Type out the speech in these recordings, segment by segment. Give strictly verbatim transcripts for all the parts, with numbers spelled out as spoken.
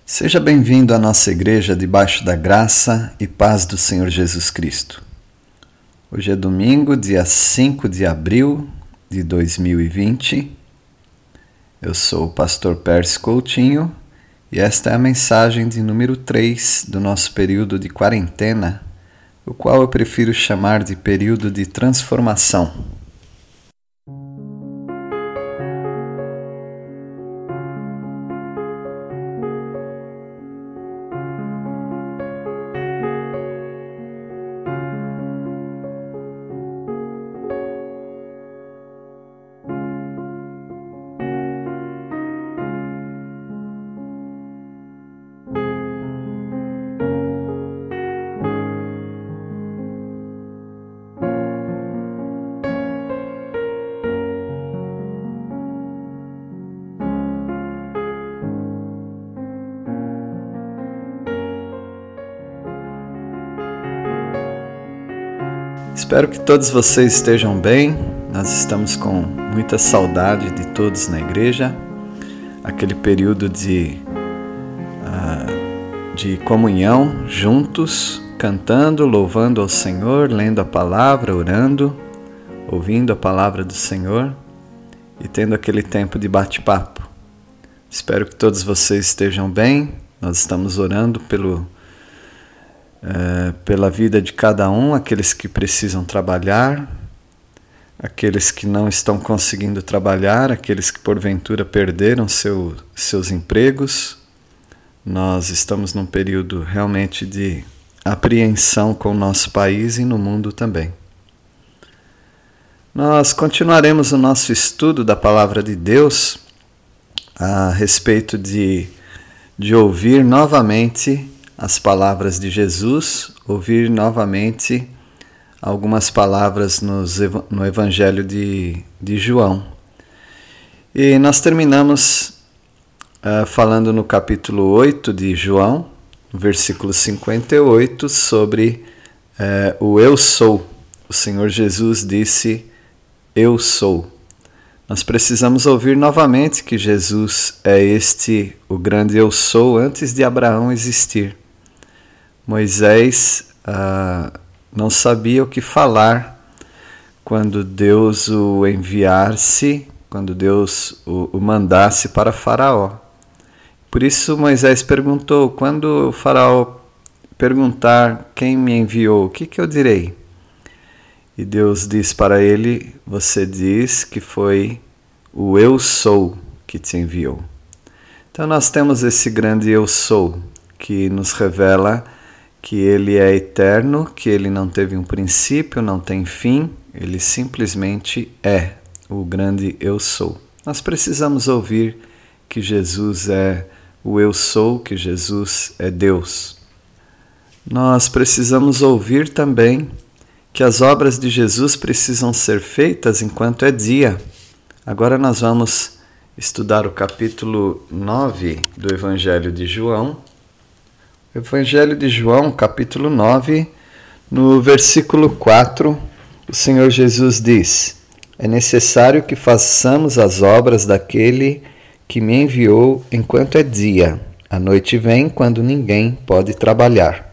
Seja bem-vindo à nossa igreja debaixo da graça e paz do Senhor Jesus Cristo. Hoje é domingo, dia cinco de abril de dois mil e vinte. Eu sou o pastor Pércio Coutinho e esta é a mensagem de número três do nosso período de quarentena, o qual eu prefiro chamar de período de transformação. Espero que todos vocês estejam bem. Nós estamos com muita saudade de todos na igreja. Aquele período de, uh, de comunhão juntos, cantando, louvando ao Senhor, lendo a palavra, orando, ouvindo a palavra do Senhor e tendo aquele tempo de bate-papo. Espero que todos vocês estejam bem. Nós estamos orando pelo É, pela vida de cada um, aqueles que precisam trabalhar, aqueles que não estão conseguindo trabalhar, aqueles que porventura perderam seu, seus empregos. Nós estamos num período realmente de apreensão com o nosso país e no mundo também. Nós continuaremos o nosso estudo da Palavra de Deus a respeito de, de ouvir novamente as palavras de Jesus, ouvir novamente algumas palavras nos, no Evangelho de, de João. E nós terminamos uh, falando no capítulo oito de João, no versículo cinquenta e oito, sobre uh, o Eu Sou. O Senhor Jesus disse, Eu sou. Nós precisamos ouvir novamente que Jesus é este, o grande Eu Sou, antes de Abraão existir. Moisés ah, não sabia o que falar quando Deus o enviasse, quando Deus o, o mandasse para Faraó. Por isso Moisés perguntou, quando o Faraó perguntar quem me enviou, o que, que eu direi? E Deus diz para ele, você diz que foi o Eu Sou que te enviou. Então nós temos esse grande Eu Sou que nos revela que ele é eterno, que ele não teve um princípio, não tem fim, ele simplesmente é o grande Eu Sou. Nós precisamos ouvir que Jesus é o Eu Sou, que Jesus é Deus. Nós precisamos ouvir também que as obras de Jesus precisam ser feitas enquanto é dia. Agora nós vamos estudar o capítulo nove do Evangelho de João. Evangelho de João, capítulo nove, no versículo quatro, o Senhor Jesus diz, é necessário que façamos as obras daquele que me enviou enquanto é dia. A noite vem quando ninguém pode trabalhar.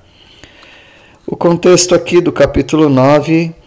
O contexto aqui do capítulo nove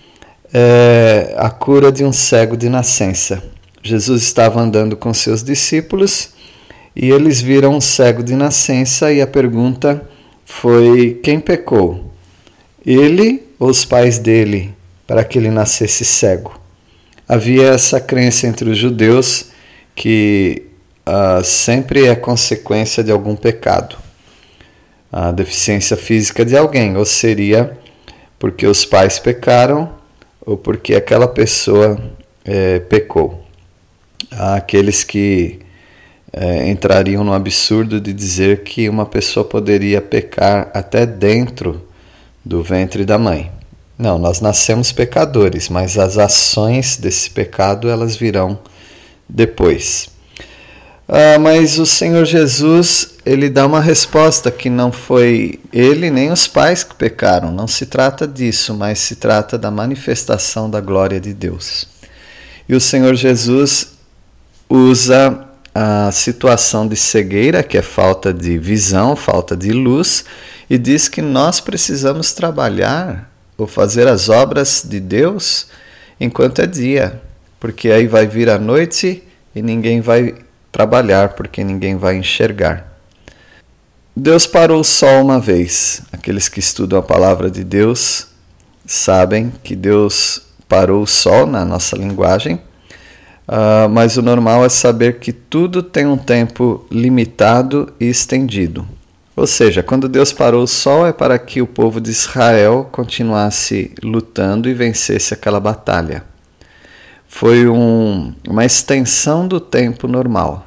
é a cura de um cego de nascença. Jesus estava andando com seus discípulos e eles viram um cego de nascença e a pergunta foi quem pecou, ele ou os pais dele, para que ele nascesse cego. Havia essa crença entre os judeus que uh, sempre é consequência de algum pecado, a deficiência física de alguém, ou seria porque os pais pecaram ou porque aquela pessoa é, pecou. Há aqueles que É, entrariam no absurdo de dizer que uma pessoa poderia pecar até dentro do ventre da mãe. Não, nós nascemos pecadores, mas as ações desse pecado elas virão depois. Ah, mas o Senhor Jesus, ele dá uma resposta que não foi ele nem os pais que pecaram. Não se trata disso, mas se trata da manifestação da glória de Deus. E o Senhor Jesus usa a situação de cegueira, que é falta de visão, falta de luz, e diz que nós precisamos trabalhar ou fazer as obras de Deus enquanto é dia, porque aí vai vir a noite e ninguém vai trabalhar, porque ninguém vai enxergar. Deus parou o sol uma vez. Aqueles que estudam a palavra de Deus sabem que Deus parou o sol na nossa linguagem, uh, mas o normal é saber que tudo tem um tempo limitado e estendido. Ou seja, quando Deus parou o sol é para que o povo de Israel continuasse lutando e vencesse aquela batalha. Foi um, uma extensão do tempo normal.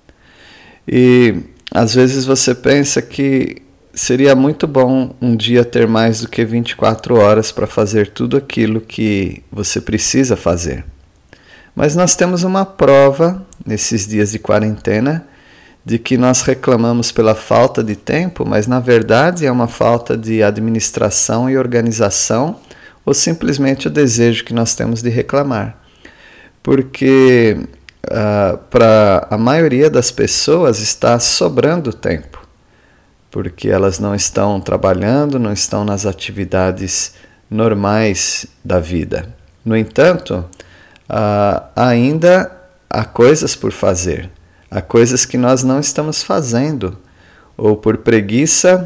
E às vezes você pensa que seria muito bom um dia ter mais do que vinte e quatro horas para fazer tudo aquilo que você precisa fazer. Mas nós temos uma prova nesses dias de quarentena de que nós reclamamos pela falta de tempo, mas na verdade é uma falta de administração e organização ou simplesmente o desejo que nós temos de reclamar. Porque uh, para a maioria das pessoas está sobrando tempo, porque elas não estão trabalhando, não estão nas atividades normais da vida. No entanto, uh, ainda há coisas por fazer, há coisas que nós não estamos fazendo, ou por preguiça,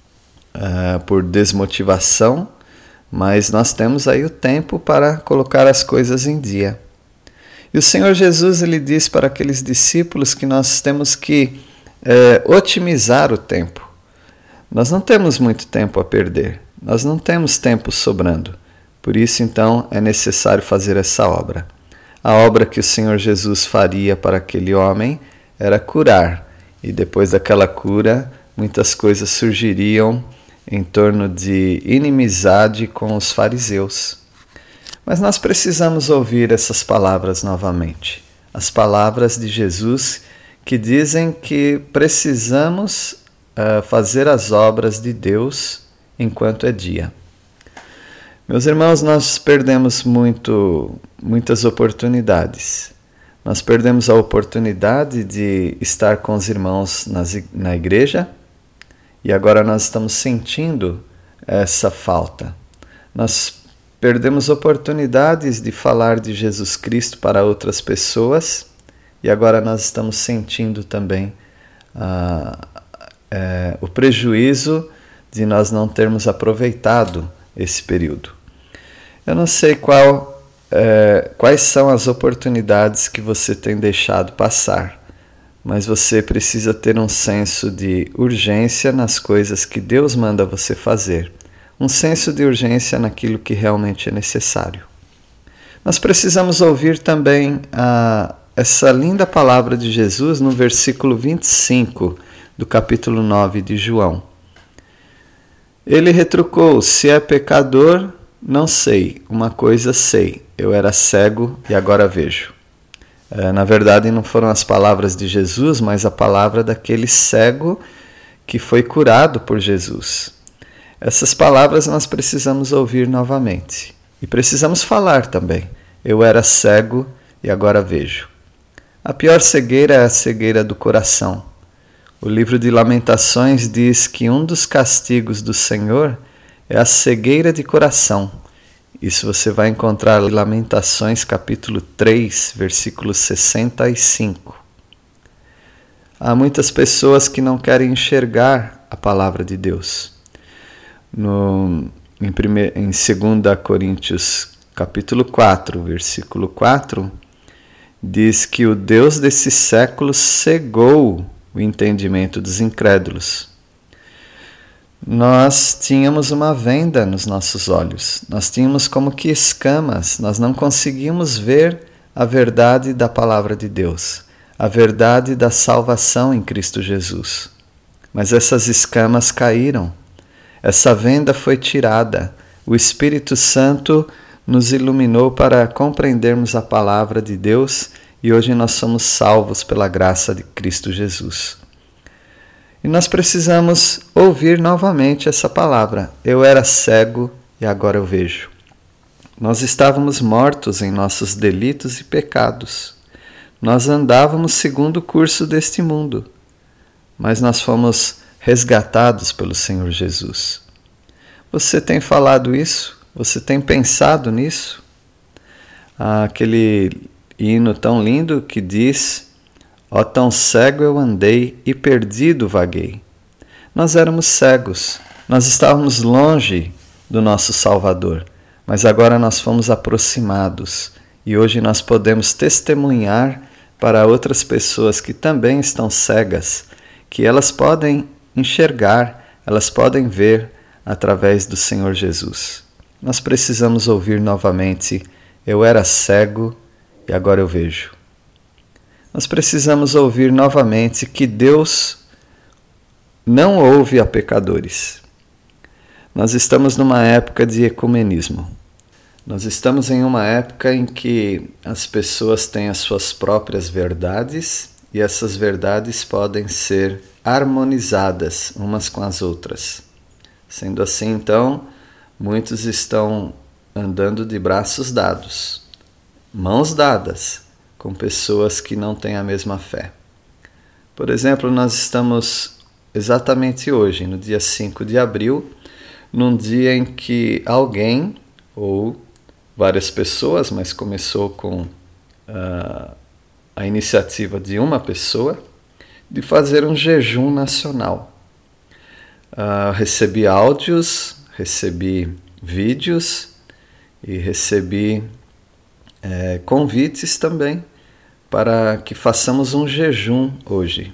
uh, por desmotivação, mas nós temos aí o tempo para colocar as coisas em dia. E o Senhor Jesus ele diz para aqueles discípulos que nós temos que é, otimizar o tempo. Nós não temos muito tempo a perder, nós não temos tempo sobrando. Por isso, então, é necessário fazer essa obra. A obra que o Senhor Jesus faria para aquele homem era curar. E depois daquela cura, muitas coisas surgiriam em torno de inimizade com os fariseus. Mas nós precisamos ouvir essas palavras novamente. As palavras de Jesus que dizem que precisamos uh, fazer as obras de Deus enquanto é dia. Meus irmãos, nós perdemos muito, muitas oportunidades. Nós perdemos a oportunidade de estar com os irmãos nas, na igreja e agora nós estamos sentindo essa falta. Nós perdemos oportunidades de falar de Jesus Cristo para outras pessoas e agora nós estamos sentindo também ah, é, o prejuízo de nós não termos aproveitado esse período. Eu não sei qual, é, quais são as oportunidades que você tem deixado passar, mas você precisa ter um senso de urgência nas coisas que Deus manda você fazer. Um senso de urgência naquilo que realmente é necessário. Nós precisamos ouvir também a, essa linda palavra de Jesus no versículo vinte e cinco do capítulo nove de João. Ele retrucou: se é pecador, não sei, uma coisa sei, eu era cego e agora vejo. É, na verdade não foram as palavras de Jesus, mas a palavra daquele cego que foi curado por Jesus. Essas palavras nós precisamos ouvir novamente. E precisamos falar também. Eu era cego e agora vejo. A pior cegueira é a cegueira do coração. O livro de Lamentações diz que um dos castigos do Senhor é a cegueira de coração. Isso você vai encontrar em Lamentações capítulo três, versículo sessenta e cinco. Há muitas pessoas que não querem enxergar a palavra de Deus. No, em, primeir, em dois Coríntios capítulo quatro, versículo quatro, diz que o Deus desse século cegou o entendimento dos incrédulos. Nós tínhamos uma venda nos nossos olhos, nós tínhamos como que escamas, nós não conseguíamos ver a verdade da palavra de Deus, a verdade da salvação em Cristo Jesus. Mas essas escamas caíram. Essa venda foi tirada. O Espírito Santo nos iluminou para compreendermos a palavra de Deus e hoje nós somos salvos pela graça de Cristo Jesus. E nós precisamos ouvir novamente essa palavra. Eu era cego e agora eu vejo. Nós estávamos mortos em nossos delitos e pecados. Nós andávamos segundo o curso deste mundo, mas nós fomos resgatados pelo Senhor Jesus. Você tem falado isso? Você tem pensado nisso? Aquele hino tão lindo que diz: ó, tão cego eu andei e perdido vaguei. Nós éramos cegos, nós estávamos longe do nosso Salvador, mas agora nós fomos aproximados e hoje nós podemos testemunhar para outras pessoas que também estão cegas, que elas podem enxergar, elas podem ver através do Senhor Jesus. Nós precisamos ouvir novamente: eu era cego e agora eu vejo. Nós precisamos ouvir novamente que Deus não ouve a pecadores. Nós estamos numa época de ecumenismo. Nós estamos em uma época em que as pessoas têm as suas próprias verdades e essas verdades podem ser harmonizadas umas com as outras. Sendo assim, então, muitos estão andando de braços dados, mãos dadas, com pessoas que não têm a mesma fé. Por exemplo, nós estamos exatamente hoje, no dia cinco de abril, num dia em que alguém, ou várias pessoas, mas começou com uh, a iniciativa de uma pessoa, de fazer um jejum nacional. Uh, recebi áudios, recebi vídeos e recebi é, convites também para que façamos um jejum hoje.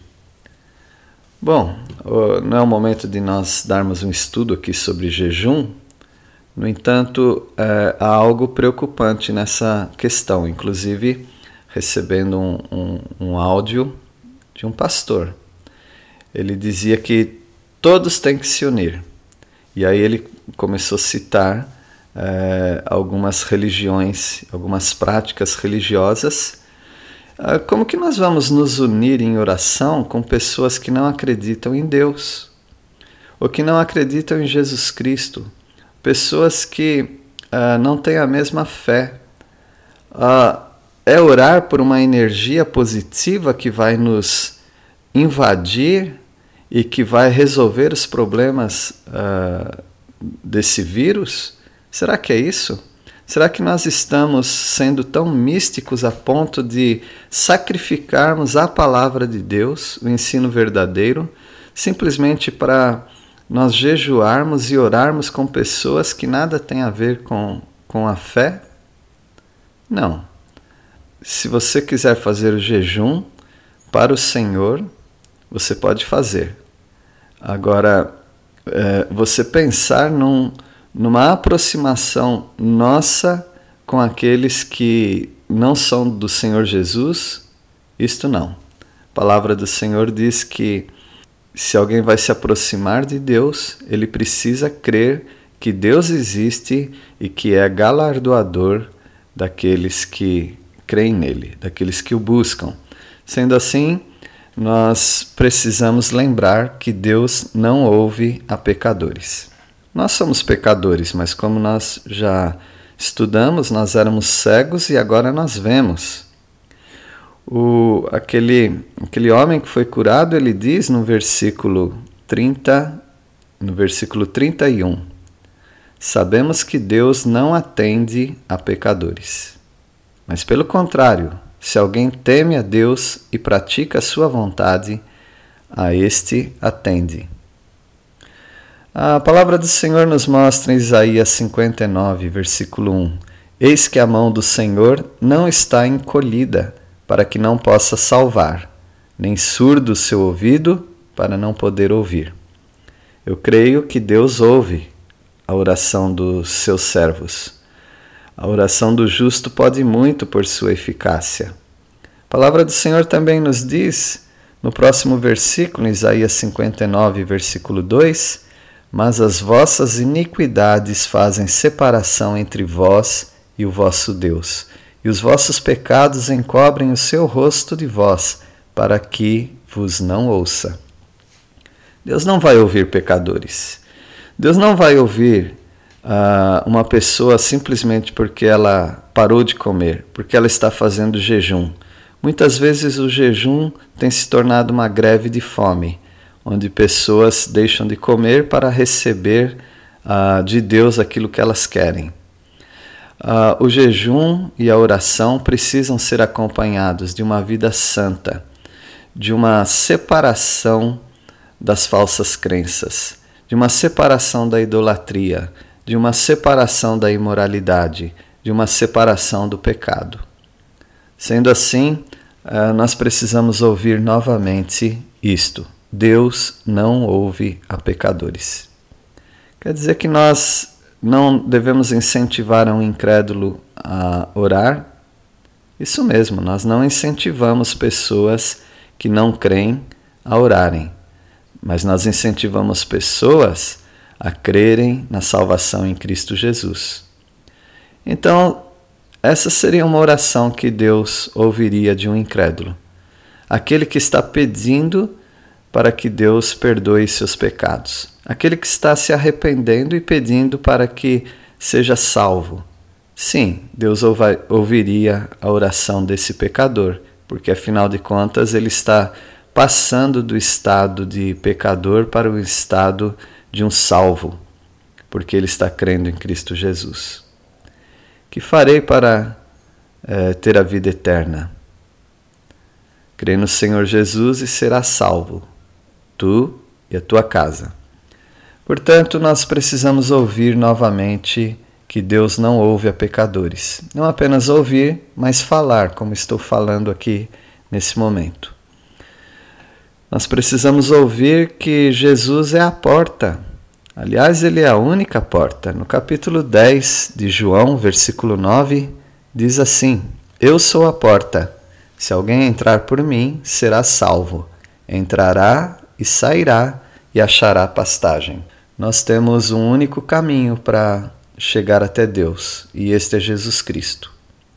Bom, não é o momento de nós darmos um estudo aqui sobre jejum. No entanto, é, há algo preocupante nessa questão, inclusive recebendo um, um, um áudio de um pastor. Ele dizia que todos têm que se unir. E aí ele começou a citar é, algumas religiões, algumas práticas religiosas. É, como que nós vamos nos unir em oração com pessoas que não acreditam em Deus? Ou que não acreditam em Jesus Cristo? Pessoas que uh, não têm a mesma fé. Uh, é orar por uma energia positiva que vai nos invadir e que vai resolver os problemas uh, desse vírus? Será que é isso? Será que nós estamos sendo tão místicos a ponto de sacrificarmos a palavra de Deus, o ensino verdadeiro, simplesmente para nós jejuarmos e orarmos com pessoas que nada têm a ver com, com a fé? Não. Se você quiser fazer o jejum para o Senhor, você pode fazer. Agora, é, você pensar num, numa aproximação nossa com aqueles que não são do Senhor Jesus, isto não. A palavra do Senhor diz que se alguém vai se aproximar de Deus, ele precisa crer que Deus existe e que é galardoador daqueles que creem nele, daqueles que o buscam. Sendo assim, nós precisamos lembrar que Deus não ouve a pecadores. Nós somos pecadores, mas como nós já estudamos, nós éramos cegos e agora nós vemos. O, aquele, aquele homem que foi curado, ele diz no versículo trinta, no versículo trinta e um, sabemos que Deus não atende a pecadores, mas pelo contrário, se alguém teme a Deus e pratica a sua vontade, a este atende. A palavra do Senhor nos mostra em Isaías cinquenta e nove, versículo um, eis que a mão do Senhor não está encolhida, para que não possa salvar, nem surdo o seu ouvido, para não poder ouvir. Eu creio que Deus ouve a oração dos seus servos. A oração do justo pode muito por sua eficácia. A palavra do Senhor também nos diz, no próximo versículo, em Isaías cinquenta e nove, versículo dois, mas as vossas iniquidades fazem separação entre vós e o vosso Deus, e os vossos pecados encobrem o seu rosto de vós, para que vos não ouça. Deus não vai ouvir pecadores. Deus não vai ouvir uh, uma pessoa simplesmente porque ela parou de comer, porque ela está fazendo jejum, Muitas vezes o jejum tem se tornado uma greve de fome, onde pessoas deixam de comer para receber uh, de Deus aquilo que elas querem. Uh, o jejum e a oração precisam ser acompanhados de uma vida santa, de uma separação das falsas crenças, de uma separação da idolatria, de uma separação da imoralidade, de uma separação do pecado. Sendo assim, uh, nós precisamos ouvir novamente isto: Deus não ouve a pecadores. Quer dizer que nós não devemos incentivar um incrédulo a orar? Isso mesmo, nós não incentivamos pessoas que não creem a orarem, mas nós incentivamos pessoas a crerem na salvação em Cristo Jesus. Então, essa seria uma oração que Deus ouviria de um incrédulo. Aquele que está pedindo para que Deus perdoe seus pecados. Aquele que está se arrependendo e pedindo para que seja salvo. Sim, Deus ouviria a oração desse pecador, porque afinal de contas ele está passando do estado de pecador para o estado de um salvo, porque ele está crendo em Cristo Jesus. Que farei para é, ter a vida eterna? Crê no Senhor Jesus e serás salvo, tu e a tua casa. Portanto, nós precisamos ouvir novamente que Deus não ouve a pecadores. Não apenas ouvir, mas falar, como estou falando aqui nesse momento. Nós precisamos ouvir que Jesus é a porta. Aliás, ele é a única porta. No capítulo dez de João, versículo nove, diz assim: Eu sou a porta. Se alguém entrar por mim, será salvo. Entrará e sairá e achará pastagem. Nós temos um único caminho para chegar até Deus, e este é Jesus Cristo.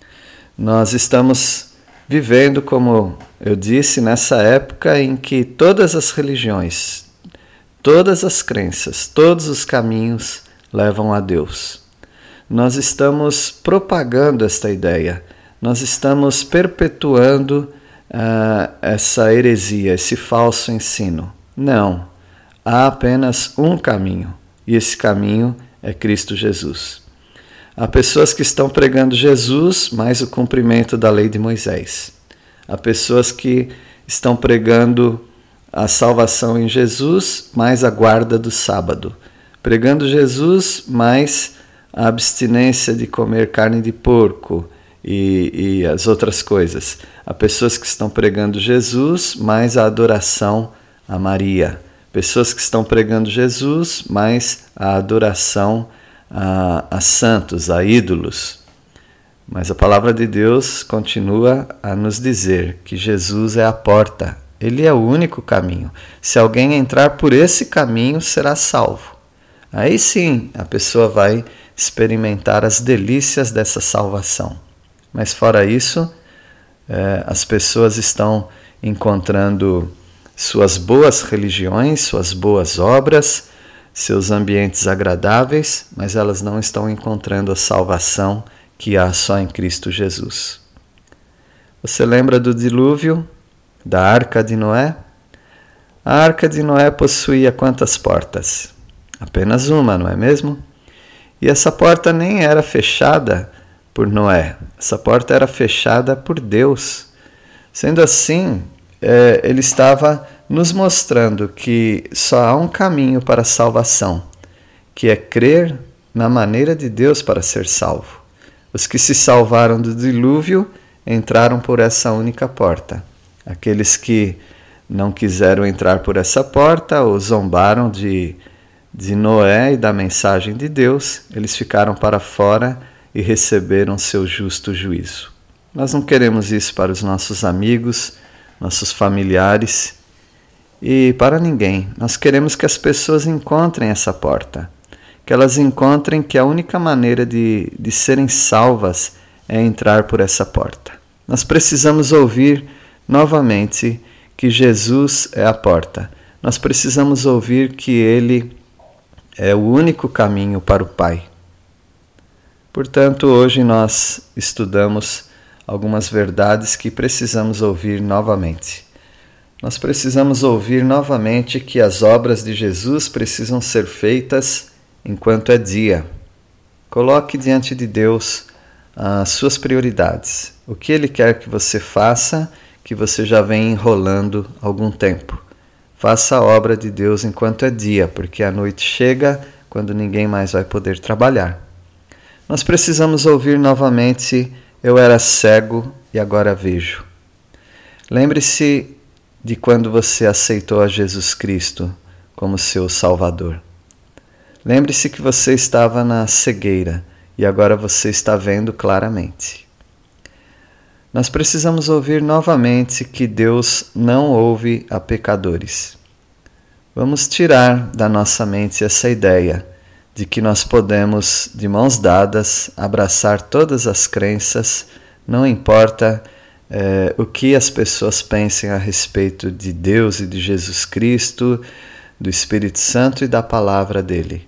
Nós estamos vivendo, como eu disse, nessa época em que todas as religiões, todas as crenças, todos os caminhos levam a Deus. Nós estamos propagando esta ideia, nós estamos perpetuando uh, essa heresia, esse falso ensino. Não, há apenas um caminho, e esse caminho é Cristo Jesus. Há pessoas que estão pregando Jesus mais o cumprimento da lei de Moisés. Há pessoas que estão pregando a salvação em Jesus mais a guarda do sábado. Pregando Jesus mais a abstinência de comer carne de porco e, e as outras coisas. Há pessoas que estão pregando Jesus mais a adoração a Maria. Pessoas que estão pregando Jesus mais a adoração A, a santos, a ídolos. Mas a palavra de Deus continua a nos dizer que Jesus é a porta, ele é o único caminho. Se alguém entrar por esse caminho, será salvo. Aí sim a pessoa vai experimentar as delícias dessa salvação. Mas fora isso, é, as pessoas estão encontrando suas boas religiões, suas boas obras, seus ambientes agradáveis, mas elas não estão encontrando a salvação que há só em Cristo Jesus. Você lembra do dilúvio, da Arca de Noé? A Arca de Noé possuía quantas portas? Apenas uma, não é mesmo? E essa porta nem era fechada por Noé, essa porta era fechada por Deus. Sendo assim, é, ele estava nos mostrando que só há um caminho para a salvação, que é crer na maneira de Deus para ser salvo. Os que se salvaram do dilúvio entraram por essa única porta. Aqueles que não quiseram entrar por essa porta ou zombaram de, de Noé e da mensagem de Deus, eles ficaram para fora e receberam seu justo juízo. Nós não queremos isso para os nossos amigos, nossos familiares, e para ninguém. Nós queremos que as pessoas encontrem essa porta, que elas encontrem que a única maneira de, de serem salvas é entrar por essa porta. Nós precisamos ouvir novamente que Jesus é a porta. Nós precisamos ouvir que Ele é o único caminho para o Pai. Portanto, hoje nós estudamos algumas verdades que precisamos ouvir novamente. Nós precisamos ouvir novamente que as obras de Jesus precisam ser feitas enquanto é dia. Coloque diante de Deus as suas prioridades. O que Ele quer que você faça, que você já vem enrolando há algum tempo. Faça a obra de Deus enquanto é dia, porque a noite chega quando ninguém mais vai poder trabalhar. Nós precisamos ouvir novamente: eu era cego e agora vejo. Lembre-se de quando você aceitou a Jesus Cristo como seu Salvador. Lembre-se que você estava na cegueira e agora você está vendo claramente. Nós precisamos ouvir novamente que Deus não ouve a pecadores. Vamos tirar da nossa mente essa ideia de que nós podemos, de mãos dadas, abraçar todas as crenças, não importa É, o que as pessoas pensem a respeito de Deus e de Jesus Cristo, do Espírito Santo e da palavra dele.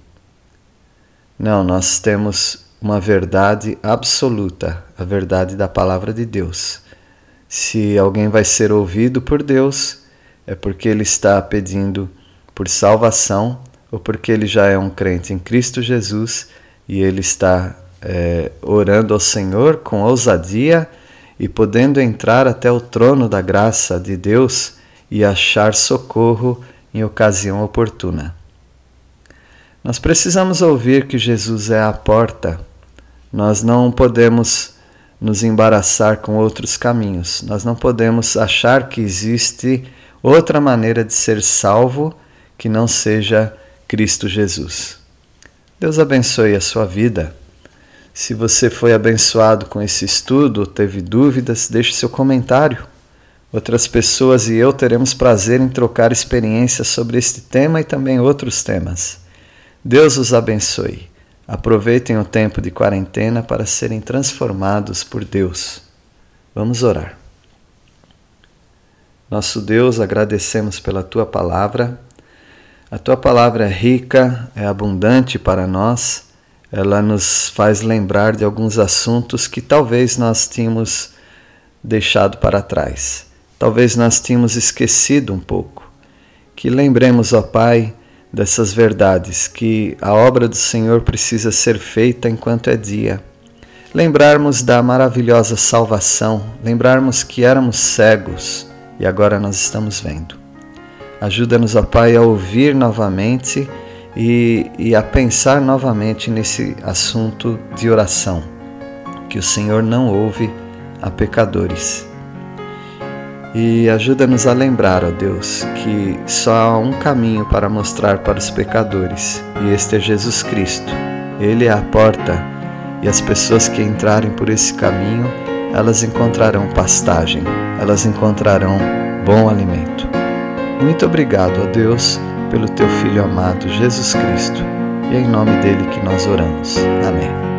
Não, nós temos uma verdade absoluta, a verdade da palavra de Deus. Se alguém vai ser ouvido por Deus, é porque ele está pedindo por salvação ou porque ele já é um crente em Cristo Jesus e ele está é, orando ao Senhor com ousadia e podendo entrar até o trono da graça de Deus e achar socorro em ocasião oportuna. Nós precisamos ouvir que Jesus é a porta. Nós não podemos nos embaraçar com outros caminhos. Nós não podemos achar que existe outra maneira de ser salvo que não seja Cristo Jesus. Deus abençoe a sua vida. Se você foi abençoado com esse estudo, teve dúvidas, deixe seu comentário. Outras pessoas e eu teremos prazer em trocar experiências sobre este tema e também outros temas. Deus os abençoe. Aproveitem o tempo de quarentena para serem transformados por Deus. Vamos orar. Nosso Deus, agradecemos pela Tua palavra. A Tua palavra é rica, é abundante para nós. Ela nos faz lembrar de alguns assuntos que talvez nós tínhamos deixado para trás. Talvez nós tínhamos esquecido um pouco. Que lembremos, ó Pai, dessas verdades, que a obra do Senhor precisa ser feita enquanto é dia. Lembrarmos da maravilhosa salvação, lembrarmos que éramos cegos e agora nós estamos vendo. Ajuda-nos, ó Pai, a ouvir novamente E, e a pensar novamente nesse assunto de oração, que o Senhor não ouve a pecadores. E ajuda-nos a lembrar, ó Deus, que só há um caminho para mostrar para os pecadores, e este é Jesus Cristo. Ele é a porta, e as pessoas que entrarem por esse caminho, elas encontrarão pastagem, elas encontrarão bom alimento. Muito obrigado, ó Deus, pelo Teu Filho amado, Jesus Cristo. E é em nome dele que nós oramos. Amém.